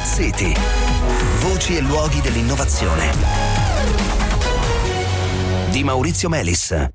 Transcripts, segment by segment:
City. Voci e luoghi dell'innovazione. Di Maurizio Melis.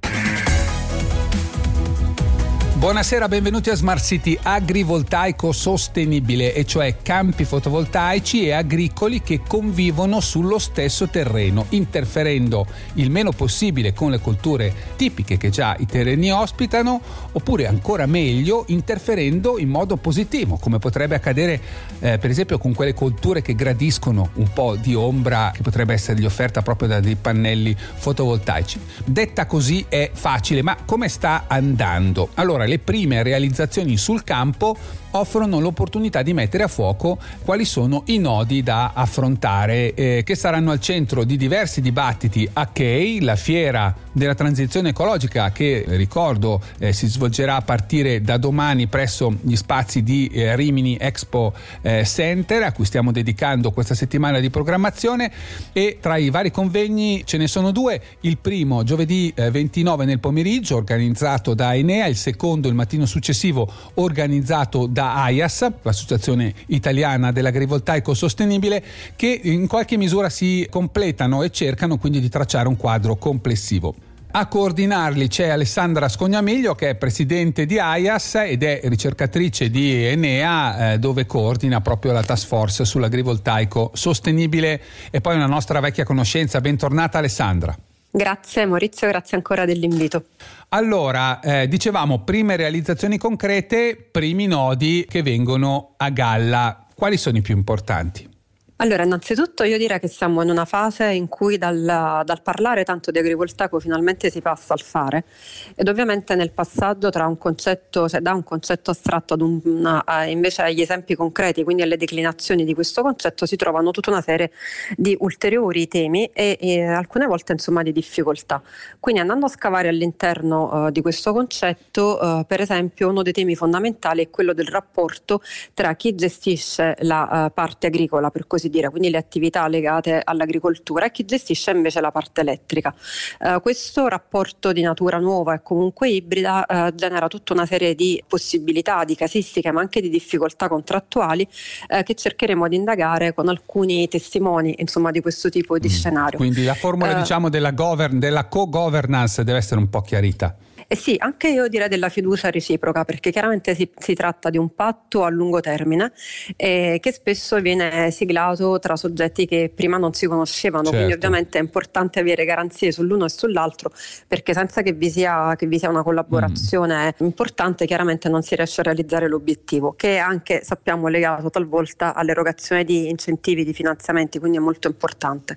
Buonasera, benvenuti a Smart City agrivoltaico sostenibile, e cioè campi fotovoltaici e agricoli che convivono sullo stesso terreno, interferendo il meno possibile con le colture tipiche che già i terreni ospitano, oppure ancora meglio interferendo in modo positivo, come potrebbe accadere per esempio con quelle colture che gradiscono un po' di ombra che potrebbe essergli offerta proprio da dei pannelli fotovoltaici. Detta così è facile, ma come sta andando? Allora, le prime realizzazioni sul campo offrono l'opportunità di mettere a fuoco quali sono i nodi da affrontare, che saranno al centro di diversi dibattiti a CAE, la fiera della transizione ecologica che, ricordo, si svolgerà a partire da domani presso gli spazi di Rimini Expo Center, a cui stiamo dedicando questa settimana di programmazione. E tra i vari convegni ce ne sono due: il primo giovedì 29 nel pomeriggio, organizzato da Enea, il secondo il mattino successivo, organizzato da AIAS, l'Associazione Italiana dell'Agrivoltaico Sostenibile, che in qualche misura si completano e cercano quindi di tracciare un quadro complessivo. A coordinarli c'è Alessandra Scognamiglio, che è presidente di AIAS ed è ricercatrice di Enea, dove coordina proprio la task force sull'agrivoltaico sostenibile, e poi una nostra vecchia conoscenza. Bentornata Alessandra. Grazie Maurizio, grazie ancora dell'invito. Allora, dicevamo prime realizzazioni concrete, primi nodi che vengono a galla. Quali sono i più importanti? Allora, innanzitutto io direi che siamo in una fase in cui dal parlare tanto di agrivoltaico finalmente si passa al fare, ed ovviamente nel passaggio da un concetto astratto ad invece agli esempi concreti, quindi alle declinazioni di questo concetto, si trovano tutta una serie di ulteriori temi e alcune volte insomma di difficoltà. Quindi andando a scavare all'interno di questo concetto, per esempio uno dei temi fondamentali è quello del rapporto tra chi gestisce la parte agricola, per così dire, quindi le attività legate all'agricoltura, e chi gestisce invece la parte elettrica. Questo rapporto di natura nuova e comunque ibrida genera tutta una serie di possibilità, di casistiche, ma anche di difficoltà contrattuali che cercheremo di indagare con alcuni testimoni, insomma, di questo tipo di scenario. Quindi la formula della co-governance deve essere un po' chiarita. Eh sì, anche io direi della fiducia reciproca, perché chiaramente si tratta di un patto a lungo termine che spesso viene siglato tra soggetti che prima non si conoscevano. Certo. Quindi ovviamente è importante avere garanzie sull'uno e sull'altro, perché senza che vi sia una collaborazione importante, chiaramente non si riesce a realizzare l'obiettivo, che è anche, sappiamo, legato talvolta all'erogazione di incentivi, di finanziamenti, quindi è molto importante.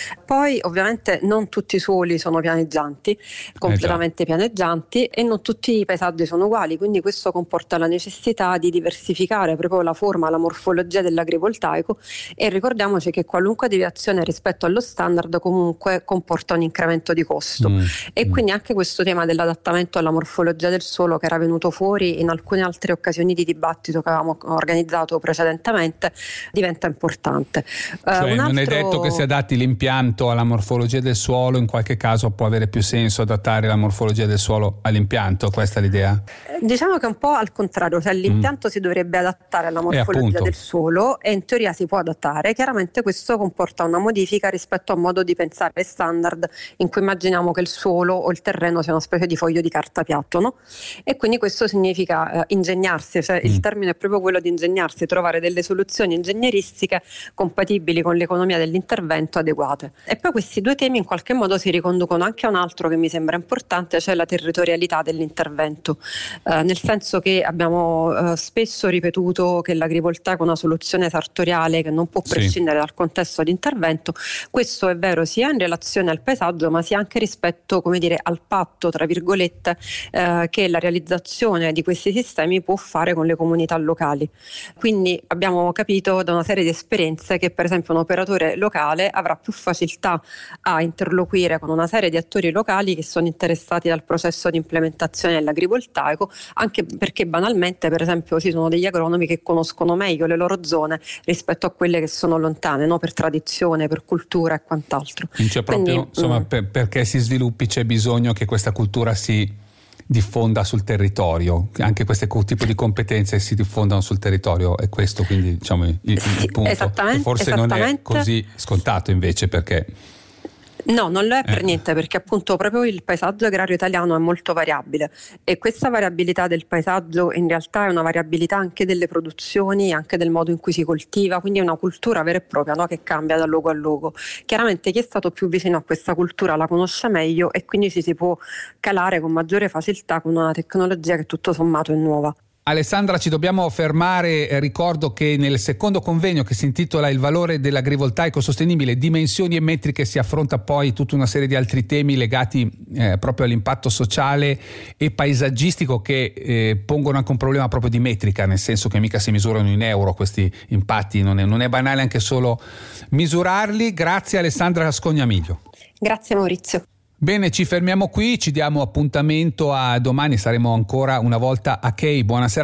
Poi ovviamente non tutti i suoli sono pianeggianti, completamente pianeggianti, e non tutti i paesaggi sono uguali, quindi questo comporta la necessità di diversificare proprio la forma, la morfologia dell'agrivoltaico, e ricordiamoci che qualunque deviazione rispetto allo standard comunque comporta un incremento di costo e quindi anche questo tema dell'adattamento alla morfologia del suolo, che era venuto fuori in alcune altre occasioni di dibattito che avevamo organizzato precedentemente, diventa importante. Non è detto che si adatti l'impianto alla morfologia del suolo, in qualche caso può avere più senso adattare la morfologia del suolo all'impianto, questa è l'idea? Diciamo che è un po' al contrario, cioè l'impianto si dovrebbe adattare alla morfologia del suolo, e in teoria si può adattare. Chiaramente questo comporta una modifica rispetto a un modo di pensare standard, in cui immaginiamo che il suolo o il terreno sia una specie di foglio di carta piatto, no? E quindi questo significa ingegnarsi, cioè il termine è proprio quello di ingegnarsi, trovare delle soluzioni ingegneristiche compatibili con l'economia dell'intervento adeguate. E poi questi due temi in qualche modo si riconducono anche a un altro che mi sembra importante, cioè la territorialità dell'intervento, nel senso che abbiamo spesso ripetuto che l'agrivoltaico è una soluzione sartoriale che non può prescindere dal contesto di intervento. Questo è vero sia in relazione al paesaggio, ma sia anche rispetto, come dire, al patto, tra virgolette, che la realizzazione di questi sistemi può fare con le comunità locali. Quindi abbiamo capito da una serie di esperienze che per esempio un operatore locale avrà più facilità a interloquire con una serie di attori locali che sono interessati dal processo di implementazione dell'agrivoltaico, anche perché banalmente, per esempio, ci sono degli agronomi che conoscono meglio le loro zone rispetto a quelle che sono lontane, no? Per tradizione, per cultura e quant'altro. Quindi c'è proprio, insomma, perché si sviluppi c'è bisogno che questa cultura si diffonda sul territorio, anche questo tipo di competenze si diffondano sul territorio, è questo quindi diciamo il punto, che forse non è così scontato invece, perché no, non lo è per niente, perché appunto proprio il paesaggio agrario italiano è molto variabile e questa variabilità del paesaggio in realtà è una variabilità anche delle produzioni, anche del modo in cui si coltiva, quindi è una cultura vera e propria, no? Che cambia da luogo a luogo. Chiaramente chi è stato più vicino a questa cultura la conosce meglio e quindi ci si può calare con maggiore facilità con una tecnologia che tutto sommato è nuova. Alessandra, ci dobbiamo fermare. Ricordo che nel secondo convegno, che si intitola Il valore dell'agrivoltaico sostenibile, dimensioni e metriche, si affronta poi tutta una serie di altri temi legati proprio all'impatto sociale e paesaggistico, che pongono anche un problema proprio di metrica, nel senso che mica si misurano in euro questi impatti, non è banale anche solo misurarli. Grazie Alessandra Scognamiglio. Grazie Maurizio. Bene, ci fermiamo qui, ci diamo appuntamento a domani, saremo ancora una volta a Key. Buonasera.